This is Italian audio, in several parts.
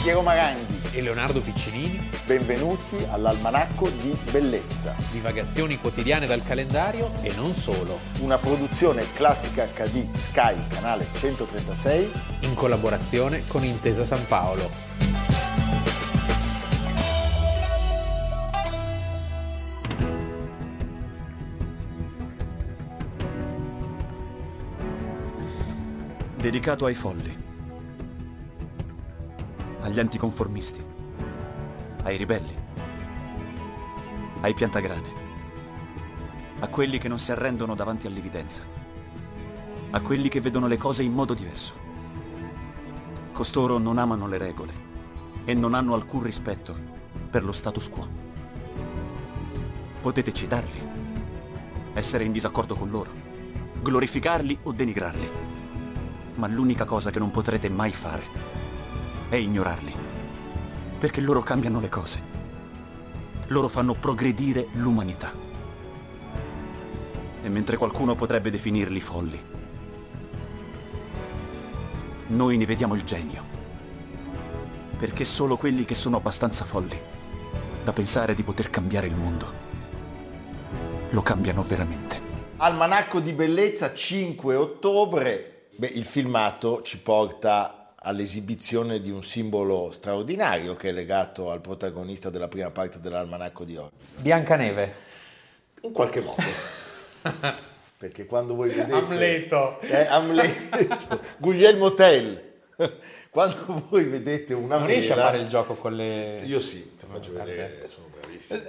Piero Maranghi e Leonardo Piccinini. Benvenuti all'Almanacco di Bellezza. Divagazioni quotidiane dal calendario e non solo. Una produzione Classica HD Sky, canale 136. In collaborazione con Intesa San Paolo. Dedicato ai folli, agli anticonformisti, ai ribelli, ai piantagrane, a quelli che non si arrendono davanti all'evidenza, a quelli che vedono le cose in modo diverso. Costoro non amano le regole e non hanno alcun rispetto per lo status quo. Potete citarli, essere in disaccordo con loro, glorificarli o denigrarli. Ma l'unica cosa che non potrete mai fare è ignorarli, perché loro cambiano le cose. Loro fanno progredire l'umanità. E mentre qualcuno potrebbe definirli folli, noi ne vediamo il genio, perché solo quelli che sono abbastanza folli da pensare di poter cambiare il mondo lo cambiano veramente. Almanacco di Bellezza, 5 ottobre. Il filmato ci porta all'esibizione di un simbolo straordinario che è legato al protagonista della prima parte dell'Almanacco di oggi. Biancaneve. In qualche modo. Perché quando voi vedete... Amleto. Guglielmo Tell. Quando voi vedete una Non mela... riesci a fare il gioco con le... Io sì, ti faccio vedere, sono bravissimo.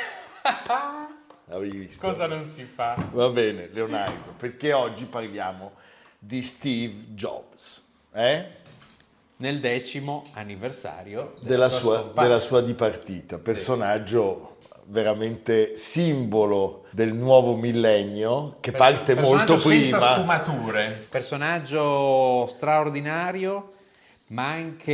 L'avevi visto? Cosa non si fa? Va bene, Leonardo, perché oggi parliamo di Steve Jobs, Nel 10° anniversario della sua dipartita, personaggio veramente simbolo del nuovo millennio che parte molto prima. Senza sfumature. Personaggio straordinario, ma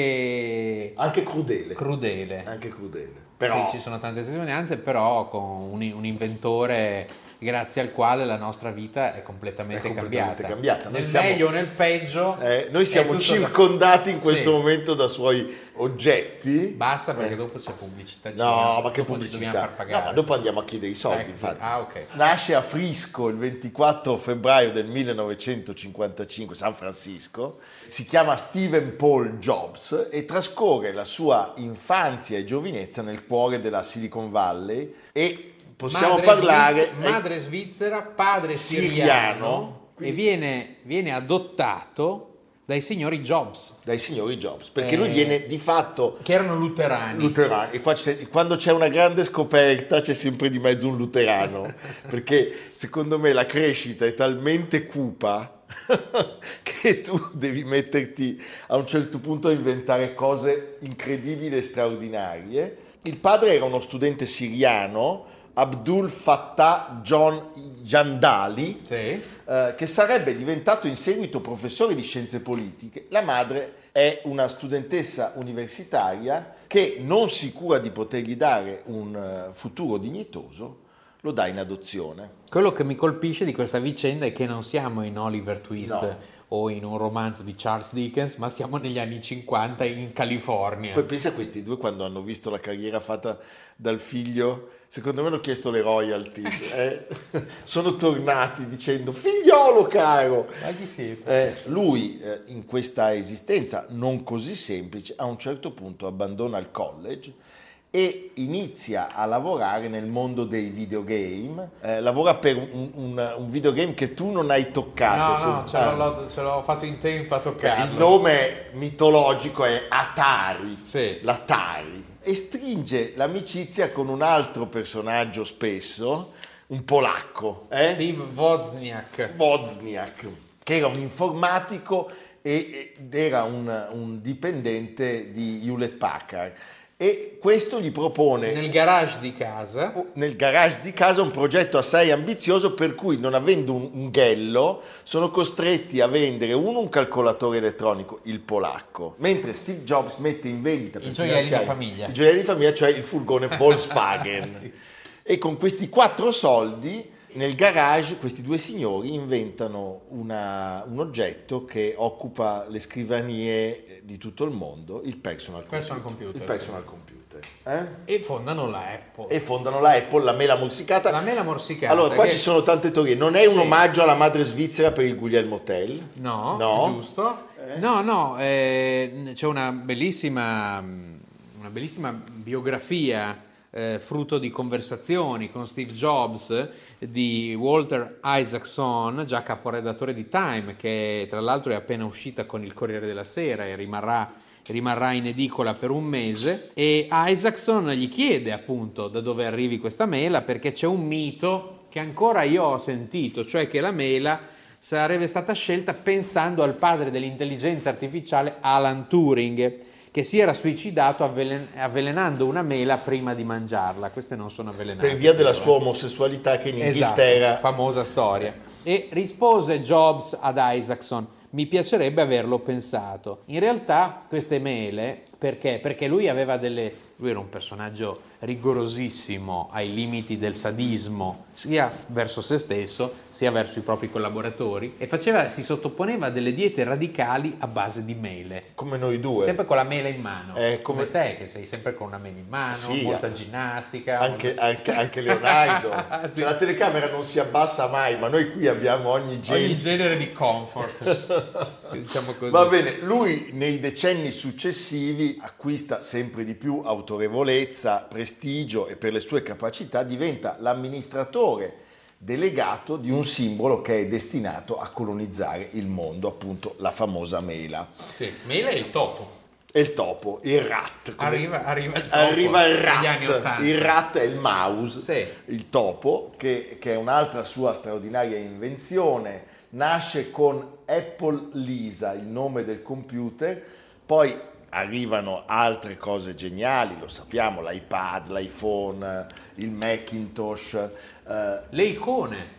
anche crudele. Anche crudele. Però sì, ci sono tante testimonianze, però con un inventore grazie al quale la nostra vita è completamente cambiata. Nel meglio o nel peggio. Noi siamo circondati in questo momento da suoi oggetti. Basta, perché dopo c'è pubblicità. No, ma che pubblicità? Far pagare. No, ma dopo andiamo a chiedere i soldi, infatti. Ok. Nasce a Frisco il 24 febbraio del 1955, San Francisco. Si chiama Stephen Paul Jobs e trascorre la sua infanzia e giovinezza nel cuore della Silicon Valley e possiamo parlare... Madre svizzera, padre siriano e viene adottato dai signori Jobs. Perché lui viene di fatto... Che erano luterani. E quando c'è una grande scoperta c'è sempre di mezzo un luterano, perché secondo me la crescita è talmente cupa che tu devi metterti a un certo punto a inventare cose incredibili e straordinarie. Il padre era uno studente siriano, Abdul Fattah John Jandali, che sarebbe diventato in seguito professore di scienze politiche. La madre è una studentessa universitaria che, non sicura di potergli dare un futuro dignitoso, lo dà in adozione. Quello che mi colpisce di questa vicenda è che non siamo in Oliver Twist o in un romanzo di Charles Dickens, ma siamo negli anni 50 in California. Poi pensa a questi due quando hanno visto la carriera fatta dal figlio, secondo me hanno chiesto le royalty, sono tornati dicendo figliolo caro. Ma chi siete? Lui in questa esistenza non così semplice a un certo punto abbandona il college e inizia a lavorare nel mondo dei videogame. Lavora per un videogame che tu non hai toccato. Ce l'ho fatto in tempo a toccarlo. Il nome mitologico è Atari, sì. L'Atari. E stringe l'amicizia con un altro personaggio spesso, un polacco. Steve Wozniak, che era un informatico ed era un dipendente di Hewlett Packard. E questo gli propone nel garage di casa un progetto assai ambizioso, per cui, non avendo un ghello, sono costretti a vendere un calcolatore elettronico, il polacco, mentre Steve Jobs mette in vendita i gioielli di famiglia, cioè il furgone Volkswagen. Sì. E con questi 4 soldi nel garage questi due signori inventano un oggetto che occupa le scrivanie di tutto il mondo, il personal computer. Il personal computer. E fondano la Apple. La mela morsicata. La mela morsicata. Allora, qua ci sono tante teorie. Non è un omaggio alla madre svizzera per il Guglielmo Tell? No. Giusto. No, c'è una bellissima biografia frutto di conversazioni con Steve Jobs di Walter Isaacson, già caporedattore di Time, che tra l'altro è appena uscita con il Corriere della Sera e rimarrà in edicola per un mese, e Isaacson gli chiede appunto da dove arrivi questa mela, perché c'è un mito che ancora io ho sentito, cioè che la mela sarebbe stata scelta pensando al padre dell'intelligenza artificiale Alan Turing, che si era suicidato avvelenando una mela prima di mangiarla. Queste non sono avvelenate. Per via della sua omosessualità, che in Inghilterra... Esatto, famosa storia. E rispose Jobs ad Isaacson: mi piacerebbe averlo pensato. In realtà queste mele, perché lui aveva lui era un personaggio rigorosissimo ai limiti del sadismo, sia verso se stesso sia verso i propri collaboratori, e si sottoponeva a delle diete radicali a base di mele. Come noi due. Sempre con la mela in mano. Come te, che sei sempre con una mela in mano, molta ginnastica. Anche Leonardo. Sì. Cioè, la telecamera non si abbassa mai, ma noi qui abbiamo ogni genere di comfort. Diciamo così. Va bene, lui nei decenni successivi acquista sempre di più autorevolezza, prestigio, e per le sue capacità diventa l'amministratore delegato di un simbolo che è destinato a colonizzare il mondo, appunto la famosa mela. Sì, mela è il topo. È il topo, il rat. Arriva il topo. Arriva il rat. Il rat è il mouse, sì. Il topo, che è un'altra sua straordinaria invenzione. Nasce con Apple Lisa, il nome del computer, poi arrivano altre cose geniali, lo sappiamo, l'iPad, l'iPhone, il Macintosh. Le icone.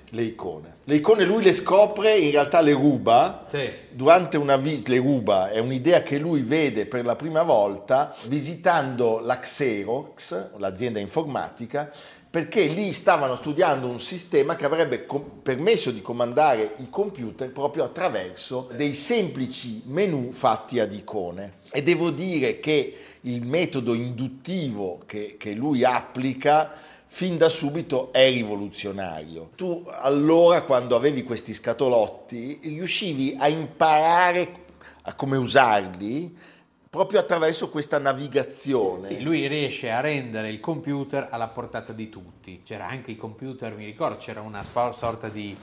Le icone lui le scopre, in realtà le ruba. Sì. Durante le ruba, è un'idea che lui vede per la prima volta visitando la Xerox, l'azienda informatica, perché lì stavano studiando un sistema che avrebbe permesso di comandare i computer proprio attraverso dei semplici menu fatti ad icone. E devo dire che il metodo induttivo che lui applica fin da subito è rivoluzionario. Tu allora, quando avevi questi scatolotti, riuscivi a imparare a come usarli proprio attraverso questa navigazione. Sì, lui riesce a rendere il computer alla portata di tutti. C'era anche i computer, mi ricordo, c'era una sorta di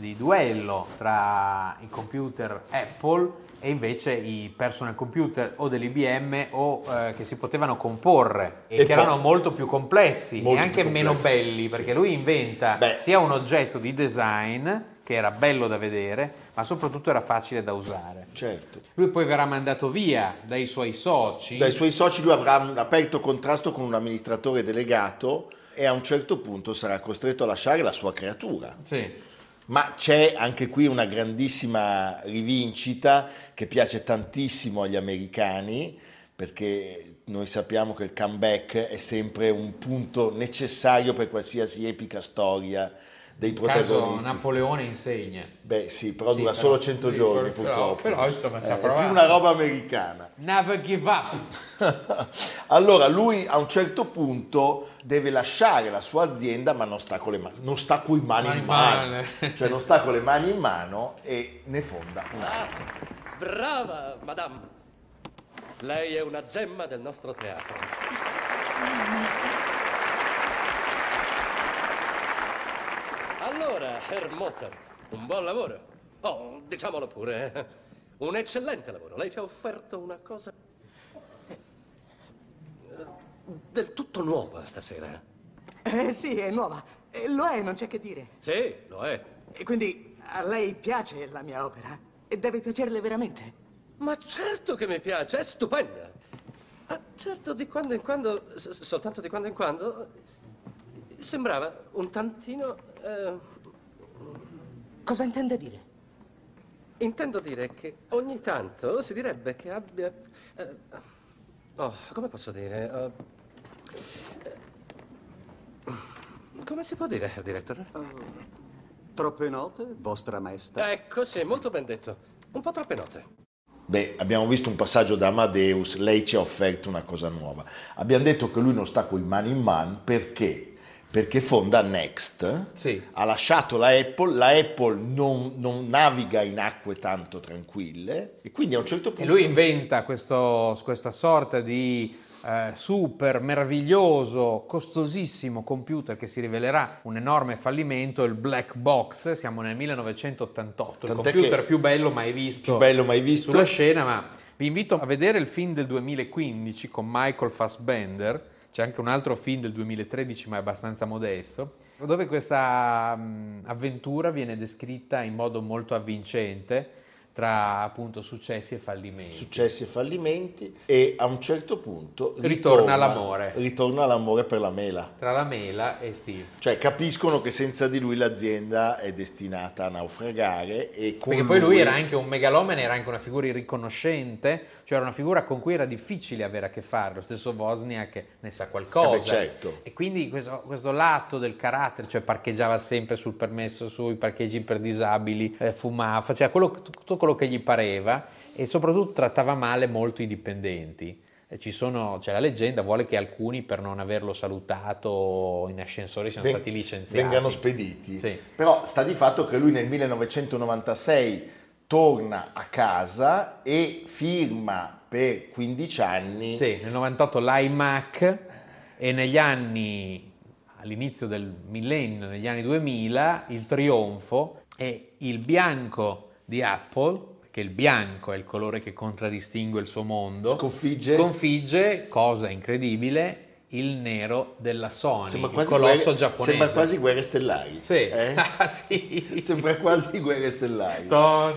duello tra i computer Apple e invece i personal computer o dell'IBM o che si potevano comporre e che erano molto più complessi e anche meno belli, perché lui inventa sia un oggetto di design che era bello da vedere, ma soprattutto era facile da usare. Certo. Lui poi verrà mandato via dai suoi soci. Lui avrà un aperto contrasto con un amministratore delegato e a un certo punto sarà costretto a lasciare la sua creatura. Sì. Ma c'è anche qui una grandissima rivincita che piace tantissimo agli americani, perché noi sappiamo che il comeback è sempre un punto necessario per qualsiasi epica storia dei protagonisti. Caso Napoleone insegna. Beh sì, però dura solo 100 giorni purtroppo. Però insomma ci ha è provato. più una roba americana. Never give up. Allora lui a un certo punto deve lasciare la sua azienda, ma non sta con le mani, non sta coi mani in mano. Cioè non sta con le mani in mano e ne fonda un'altra. Brava, madame. Lei è una gemma del nostro teatro. Maestro. Allora, Herr Mozart, un buon lavoro. Oh, diciamolo pure, un eccellente lavoro. Lei ci ha offerto una cosa del tutto nuova stasera. Sì, è nuova. Lo è, non c'è che dire. Sì, lo è. E quindi a lei piace la mia opera? E deve piacerle veramente? Ma certo che mi piace, è stupenda. Certo, di quando in quando, soltanto di quando in quando, sembrava un tantino... Cosa intende dire? Intendo dire che ogni tanto si direbbe che abbia... come posso dire? Come si può dire, Herr Director? Troppe note, vostra maestà? Ecco, sì, molto ben detto. Un po' troppe note. Beh, abbiamo visto un passaggio da Amadeus, lei ci ha offerto una cosa nuova. Abbiamo detto che lui non sta coi mani in mano perché fonda Next, Sì. ha lasciato la Apple non naviga in acque tanto tranquille e quindi a un certo E punto... lui inventa questa sorta di super meraviglioso, costosissimo computer che si rivelerà un enorme fallimento, il Black Box. Siamo nel 1988, Tant'è il computer che- più bello mai visto sulla scena, ma vi invito a vedere il film del 2015 con Michael Fassbender. C'è anche un altro film del 2013 ma è abbastanza modesto, dove questa avventura viene descritta in modo molto avvincente tra appunto successi e fallimenti. E a un certo punto Ritorna l'amore per la mela. tra la mela e Steve. Cioè capiscono che senza di lui l'azienda è destinata a naufragare e con Perché poi lui era anche un megalomane, era anche una figura irriconoscente, cioè era una figura con cui era difficile avere a che fare. Lo stesso Wozniak ne sa qualcosa. certo. E quindi questo lato del carattere, cioè parcheggiava sempre sul permesso, sui parcheggi per disabili, fumava, faceva tutto quello che gli pareva e soprattutto trattava male molto i dipendenti. C'è la leggenda, vuole che alcuni per non averlo salutato in ascensore siano stati licenziati. Vengano spediti. Sì. Però sta di fatto che lui nel 1996 torna a casa e firma per 15 anni. Sì, nel 98 l'iMac e negli anni, all'inizio del millennio, negli anni 2000, il trionfo è il bianco di Apple, che il bianco è il colore che contraddistingue il suo mondo, sconfigge, cosa incredibile, il nero della Sony, il colosso giapponese. Sembra quasi Guerre Stellari. Sì. Sì. Sembra quasi Guerre Stellari.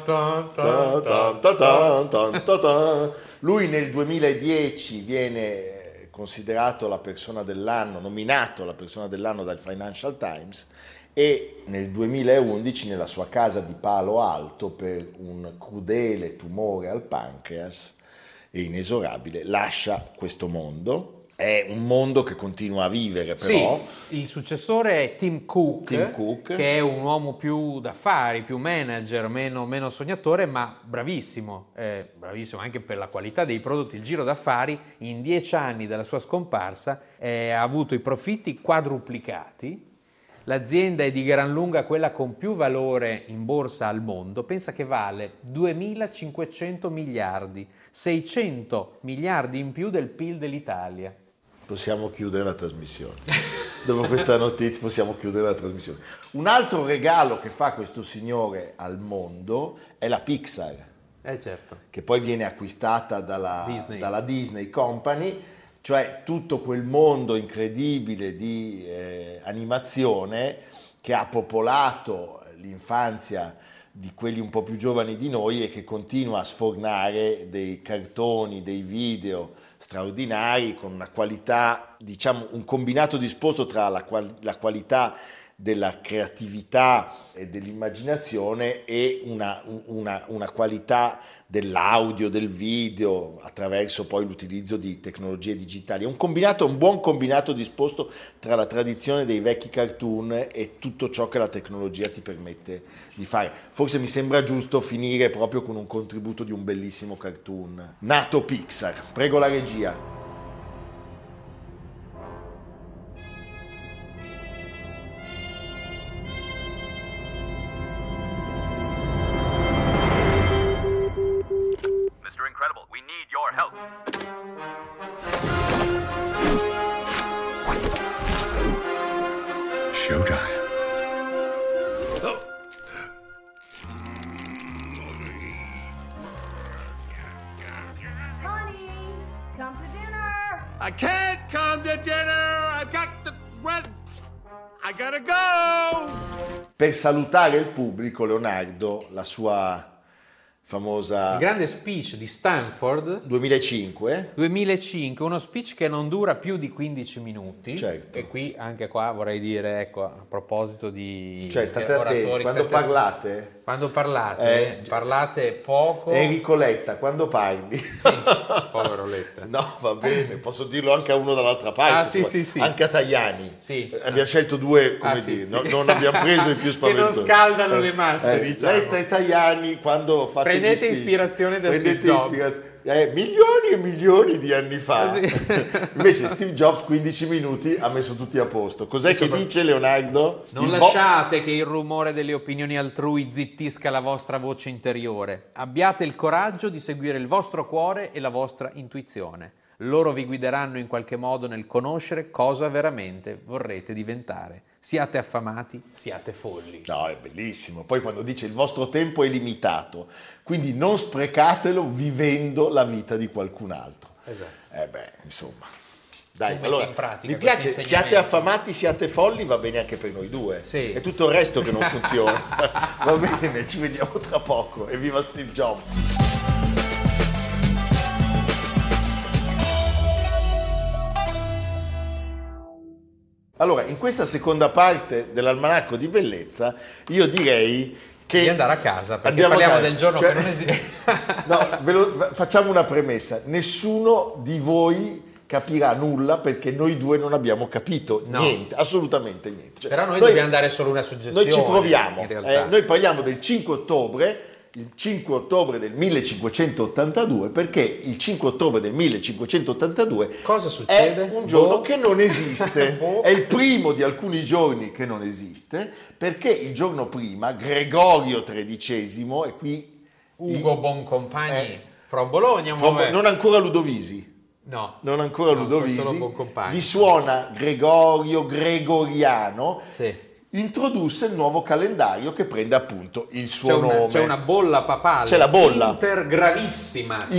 Lui nel 2010 viene considerato la persona dell'anno, nominato la persona dell'anno dal Financial Times, e nel 2011 nella sua casa di Palo Alto per un crudele tumore al pancreas e inesorabile lascia questo mondo. È un mondo che continua a vivere però. Sì, il successore è Tim Cook, che è un uomo più d'affari, più manager, meno sognatore, ma bravissimo anche per la qualità dei prodotti. Il giro d'affari in 10 anni dalla sua scomparsa ha avuto i profitti quadruplicati. L'azienda è di gran lunga quella con più valore in borsa al mondo, pensa che vale 2.500 miliardi, 600 miliardi in più del PIL dell'Italia. Possiamo chiudere la trasmissione. Dopo questa notizia possiamo chiudere la trasmissione. Un altro regalo che fa questo signore al mondo è la Pixar, Certo. che poi viene acquistata dalla Disney Company. Cioè tutto quel mondo incredibile di animazione che ha popolato l'infanzia di quelli un po' più giovani di noi e che continua a sfornare dei cartoni, dei video straordinari con una qualità, diciamo un combinato disposto tra la qualità della creatività e dell'immaginazione e una qualità dell'audio, del video, attraverso poi l'utilizzo di tecnologie digitali. È un buon combinato disposto tra la tradizione dei vecchi cartoon e tutto ciò che la tecnologia ti permette di fare. Forse mi sembra giusto finire proprio con un contributo di un bellissimo cartoon nato Pixar. Prego la regia. I can't come to dinner. I gotta go. Per salutare il pubblico, Leonardo, la sua famosa... Il grande speech di Stanford 2005, uno speech che non dura più di 15 minuti. Certo. E qui, anche qua, vorrei dire, ecco, a proposito di cioè state attenti, quando parlate Quando parlate poco. Enrico Letta, quando parli. Sì, povero Letta. No, va bene, posso dirlo anche a uno dall'altra parte. Sì. Anche a Tajani. Sì. Abbiamo scelto due, come dire, sì. Non abbiamo preso i più spaventosi. Che non scaldano le masse, diciamo. Letta e Tajani, quando fate prendete gli speech, ispirazione da Steve Jobs. Milioni e milioni di anni fa. Sì. Invece Steve Jobs 15 minuti ha messo tutti a posto. Cos'è che dice Leonardo? Non lasciate che il rumore delle opinioni altrui zittisca la vostra voce interiore. Abbiate il coraggio di seguire il vostro cuore e la vostra intuizione. Loro vi guideranno in qualche modo nel conoscere cosa veramente vorrete diventare. Siate affamati, siate folli. No, è bellissimo. Poi quando dice il vostro tempo è limitato, quindi non sprecatelo vivendo la vita di qualcun altro. Esatto. Insomma. Dai, metti allora, in pratica mi piace, questi siate insegnamenti. affamati, siate folli, va bene anche per noi due. Sì. È tutto il resto che non funziona. Va bene, ci vediamo tra poco. E viva Steve Jobs! Allora, in questa seconda parte dell'almanacco di bellezza, io direi che Di andare a casa, perché andiamo a parliamo casa. del giorno Cioè, che non esiste. No, facciamo una premessa. Nessuno di voi capirà nulla perché noi due non abbiamo capito niente, assolutamente niente. Cioè, Però noi dobbiamo dare solo una suggestione. Noi ci proviamo. In realtà. Noi parliamo del 5 ottobre, il 5 ottobre del 1582, perché il 5 ottobre del 1582 cosa succede? È un giorno che non esiste, è il primo di alcuni giorni che non esiste, perché il giorno prima Gregorio XIII, e qui Ugo Boncompagni, from Bologna, non ancora Ludovisi. No, non ancora Ludovisi, solo Boncompagni. vi suona Gregorio Gregoriano, sì. Introdusse il nuovo calendario che prende appunto il suo nome. C'è una bolla papale. C'è la bolla. Intergravissimas.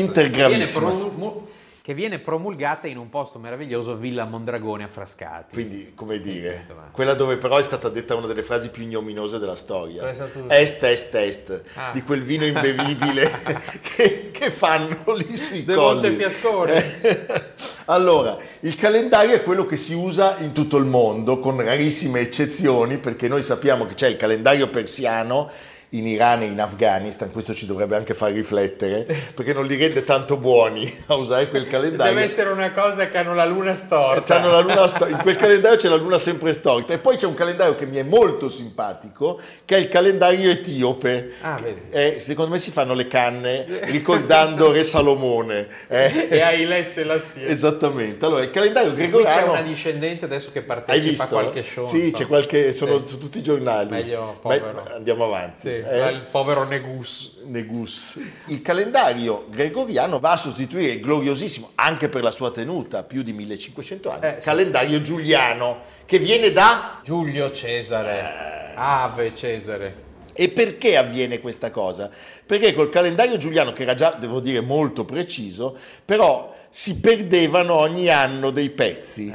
Che viene promulgata in un posto meraviglioso, Villa Mondragone a Frascati. Quindi, come dire, quella dove però è stata detta una delle frasi più ignominose della storia. Est, di quel vino imbevibile che fanno lì sui De colli. Montefiascone. Allora, il calendario è quello che si usa in tutto il mondo, con rarissime eccezioni, perché noi sappiamo che c'è il calendario persiano in Iran e in Afghanistan, questo ci dovrebbe anche far riflettere, perché non li rende tanto buoni a usare quel calendario. Deve essere una cosa che hanno la luna storta. In quel calendario c'è la luna sempre storta. E poi c'è un calendario che mi è molto simpatico, che è il calendario etiope. Vedi. Secondo me si fanno le canne ricordando Re Salomone. E Haile Selassie. Esattamente. Allora, il calendario gregoriano... Qui c'è una discendente adesso che partecipa a qualche show. Sì, c'è qualche... sono su tutti i giornali. Meglio povero. Andiamo avanti. Sì. Il povero Negus. Il calendario gregoriano va a sostituire il gloriosissimo, anche per la sua tenuta, più di 1500 anni, calendario giuliano, che viene da Giulio Cesare. Ave Cesare. E perché avviene questa cosa? Perché col calendario giuliano, che era già, devo dire, molto preciso, però si perdevano ogni anno dei pezzi.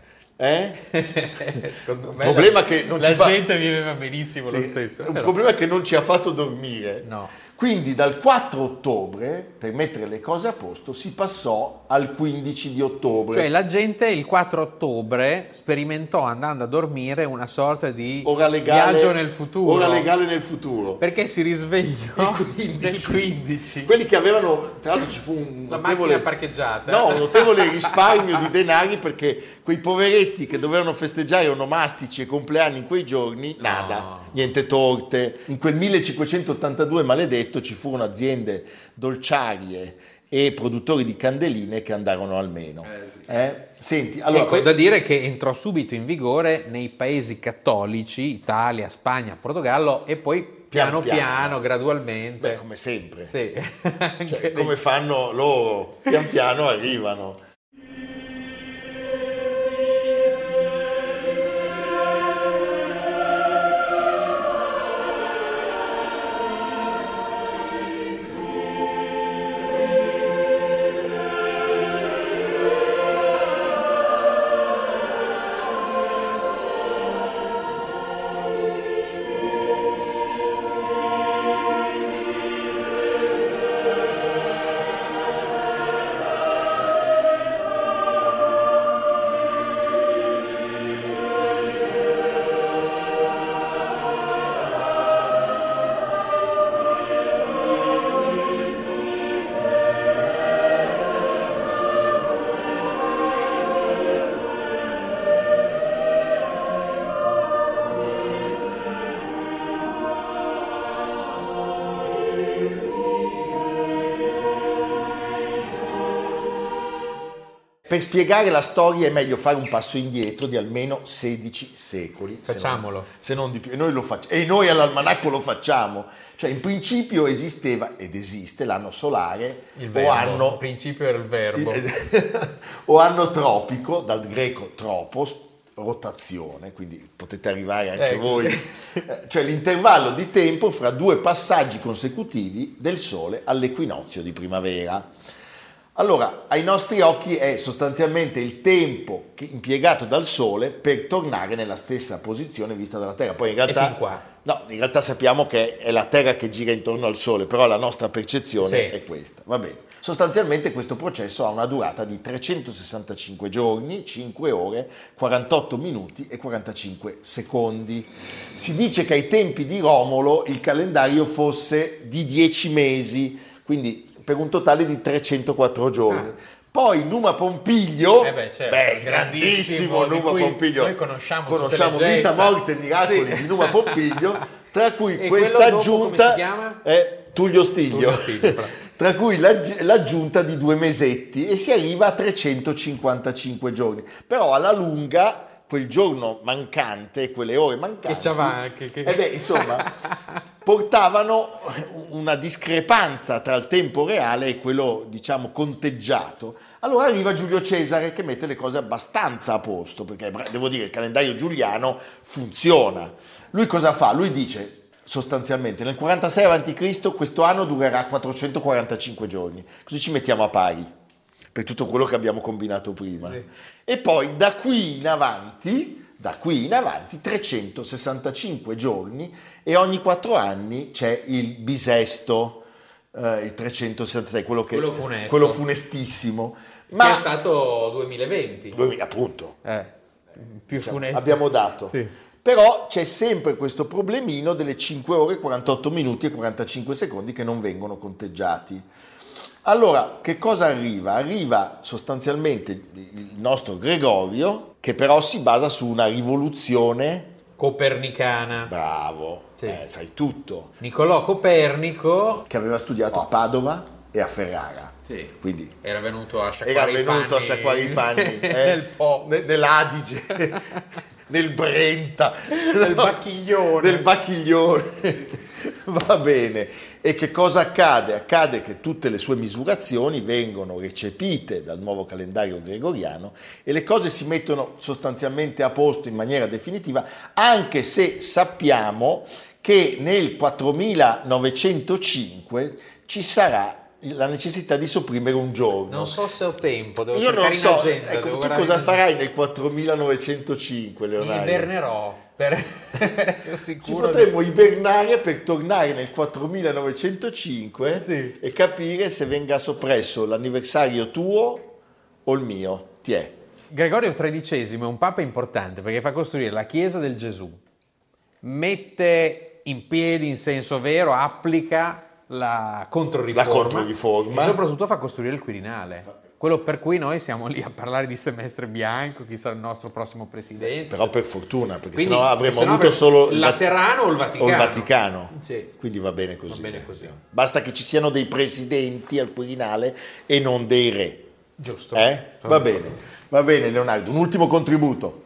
Secondo me problema che non la gente viveva benissimo lo stesso. Un problema che non ci ha fatto dormire. No. Quindi dal 4 ottobre, per mettere le cose a posto, si passò al 15 di ottobre. Cioè la gente il 4 ottobre sperimentò andando a dormire una sorta di viaggio nel futuro. Ora legale nel futuro. Perché si risvegliò il 15. Quelli che avevano, tra l'altro ci fu un macchina parcheggiata. No, un notevole risparmio di denari, perché quei poveretti che dovevano festeggiare onomastici e compleanni in quei giorni, niente torte. In quel 1582 maledetto ci furono aziende dolciarie e produttori di candeline che andarono al meno. Senti, allora, da dire che entrò subito in vigore nei paesi cattolici, Italia, Spagna, Portogallo, e poi piano piano, gradualmente. Come sempre. Sì. Come fanno loro, pian piano arrivano. Per spiegare la storia è meglio fare un passo indietro di almeno 16 secoli. Facciamolo. Se non di più. E noi lo facciamo. E noi all'almanacco lo facciamo. Cioè in principio esisteva ed esiste l'anno solare. Il verbo. O anno, Il principio era il verbo. o anno tropico, dal greco tropos, rotazione, quindi potete arrivare anche voi. Cioè l'intervallo di tempo fra due passaggi consecutivi del Sole all'equinozio di primavera. Allora, ai nostri occhi è sostanzialmente il tempo impiegato dal Sole per tornare nella stessa posizione vista dalla Terra. Poi in realtà, e fin qua. No, in realtà sappiamo che è la Terra che gira intorno al Sole, però la nostra percezione Sì. è questa. Va bene. Sostanzialmente questo processo ha una durata di 365 giorni, 5 ore, 48 minuti e 45 secondi. Si dice che ai tempi di Romolo il calendario fosse di 10 mesi, quindi per un totale di 304 giorni. Poi Numa Pompilio, certo, grandissimo Numa Pompilio, noi conosciamo Vita, Morte e Miracoli di Numa Pompilio, tra cui E questa quello dopo aggiunta come si chiama? è Tullio Stiglio, Bravo. tra cui l'aggiunta di 2 mesetti e si arriva a 355 giorni. Però alla lunga quel giorno mancante, quelle ore mancanti, insomma, portavano una discrepanza tra il tempo reale e quello, diciamo, conteggiato. Allora arriva Giulio Cesare che mette le cose abbastanza a posto, perché devo dire il calendario giuliano funziona. Lui cosa fa? Lui dice sostanzialmente nel 46 a.C. questo anno durerà 445 giorni, così ci mettiamo a pari per tutto quello che abbiamo combinato prima. Sì. E poi da qui in avanti 365 giorni e ogni 4 anni c'è il bisesto, il 366, quello funestissimo. Ma che è stato 2020. Appunto. Più funesto. Abbiamo dato. Sì. Però c'è sempre questo problemino delle 5 ore, 48 minuti e 45 secondi che non vengono conteggiati. Allora, che cosa arriva? Arriva sostanzialmente il nostro Gregorio, che però si basa su una rivoluzione copernicana. Bravo, sì. Sai tutto. Niccolò Copernico, che aveva studiato a Padova e a Ferrara. Sì. Quindi era venuto a sciacquare i panni nell'Adige, nel Brenta, nel Bacchiglione. Va bene. E che cosa accade? Accade che tutte le sue misurazioni vengono recepite dal nuovo calendario gregoriano e le cose si mettono sostanzialmente a posto in maniera definitiva, anche se sappiamo che nel 4905 ci sarà la necessità di sopprimere un giorno. Non so se ho tempo, devo Io non so, agenda, ecco, tu cosa farai nel 4905, Leonardo? Mi ibernerò per essere sicuro. Ci potremmo ibernare per tornare nel 4905 sì. E capire se venga soppresso l'anniversario tuo o il mio. Ti è. Gregorio XIII è un papa importante perché fa costruire la chiesa del Gesù, mette in piedi in senso vero, applica la controriforma e soprattutto fa costruire il Quirinale, quello per cui noi siamo lì a parlare di semestre bianco, chi sarà il nostro prossimo presidente. Però per fortuna, perché sennò avremmo avuto solo il Laterano o il Vaticano. Sì. Quindi va bene così. Basta che ci siano dei presidenti al Quirinale e non dei re. Giusto. Va bene Leonardo, un ultimo contributo.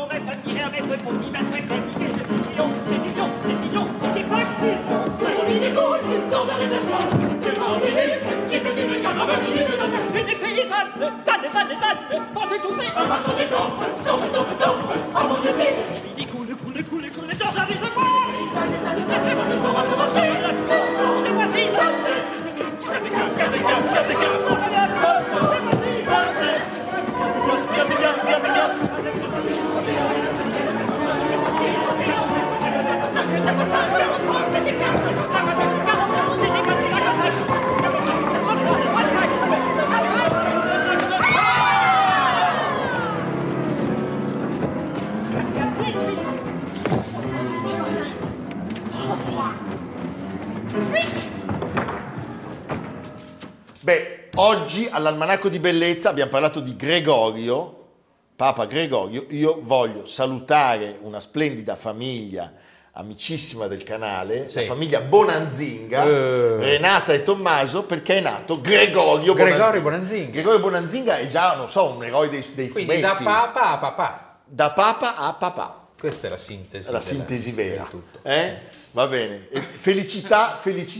Oggi all'Almanacco di Bellezza abbiamo parlato di Gregorio, Papa Gregorio. Io voglio salutare una splendida famiglia amicissima del canale, Sì. la famiglia Bonanzinga, Renata e Tommaso, perché è nato Gregorio Bonanzinga. Gregorio Bonanzinga è già, non so, un eroe dei Quindi fumetti. da papa a papà. Da papa a papà. Questa è la sintesi. La sintesi vera. di tutto. Va bene. E felicità.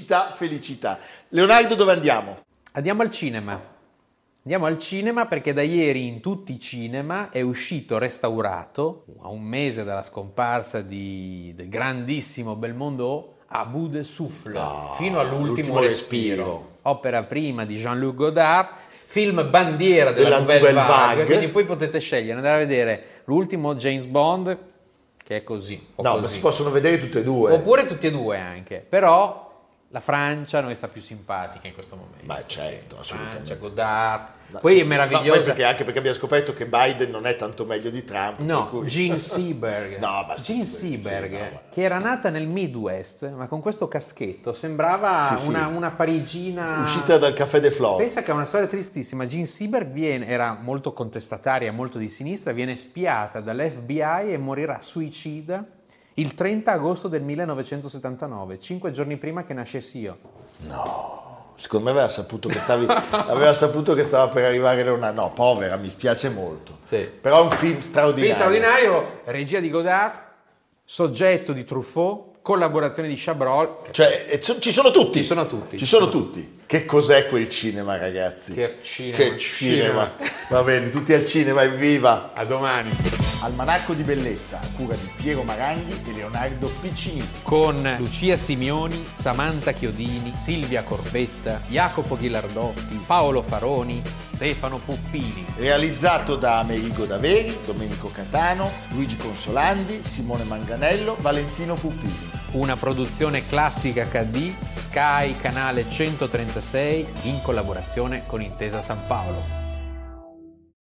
Leonardo, dove andiamo? Andiamo al cinema. Andiamo al cinema perché da ieri in tutti i cinema è uscito restaurato, a un mese dalla scomparsa del grandissimo Belmondo, A Bout de Souffle, fino all'ultimo respiro. Opera prima di Jean-Luc Godard, film bandiera della Nouvelle Vague, quindi poi potete scegliere, andare a vedere l'ultimo James Bond, che è così. Ma si possono vedere tutte e due. Oppure tutti e due anche, però la Francia a noi sta più simpatica in questo momento. Ma certo, assolutamente. Francia, Godard. Poi è meraviglioso. Anche perché abbiamo scoperto che Biden non è tanto meglio di Trump. No, per cui... Jean Seberg. Jean Seberg, che era nata nel Midwest, ma con questo caschetto sembrava una parigina uscita dal Café de Flore. Pensa che è una storia tristissima. Jean Seberg era molto contestataria, molto di sinistra, viene spiata dall'FBI e morirà suicida il 30 agosto del 1979, 5 giorni prima che nascessi io. No. Secondo me aveva saputo che stava per arrivare Leonardo. No, povera, mi piace molto. Sì. Però è un film straordinario. Film straordinario, regia di Godard, soggetto di Truffaut, collaborazione di Chabrol. Cioè, ci sono tutti. Ci sono tutti. Che cos'è quel cinema, ragazzi? Che cinema. Va bene, tutti al cinema, evviva. A domani. Almanacco di bellezza, a cura di Piero Maranghi e Leonardo Piccini. Con Lucia Simioni, Samantha Chiodini, Silvia Corbetta, Jacopo Ghilardotti, Paolo Faroni, Stefano Puppini. Realizzato da Amerigo Daveri, Domenico Catano, Luigi Consolandi, Simone Manganello, Valentino Puppini. Una produzione Classica HD, Sky, canale 136, in collaborazione con Intesa San Paolo.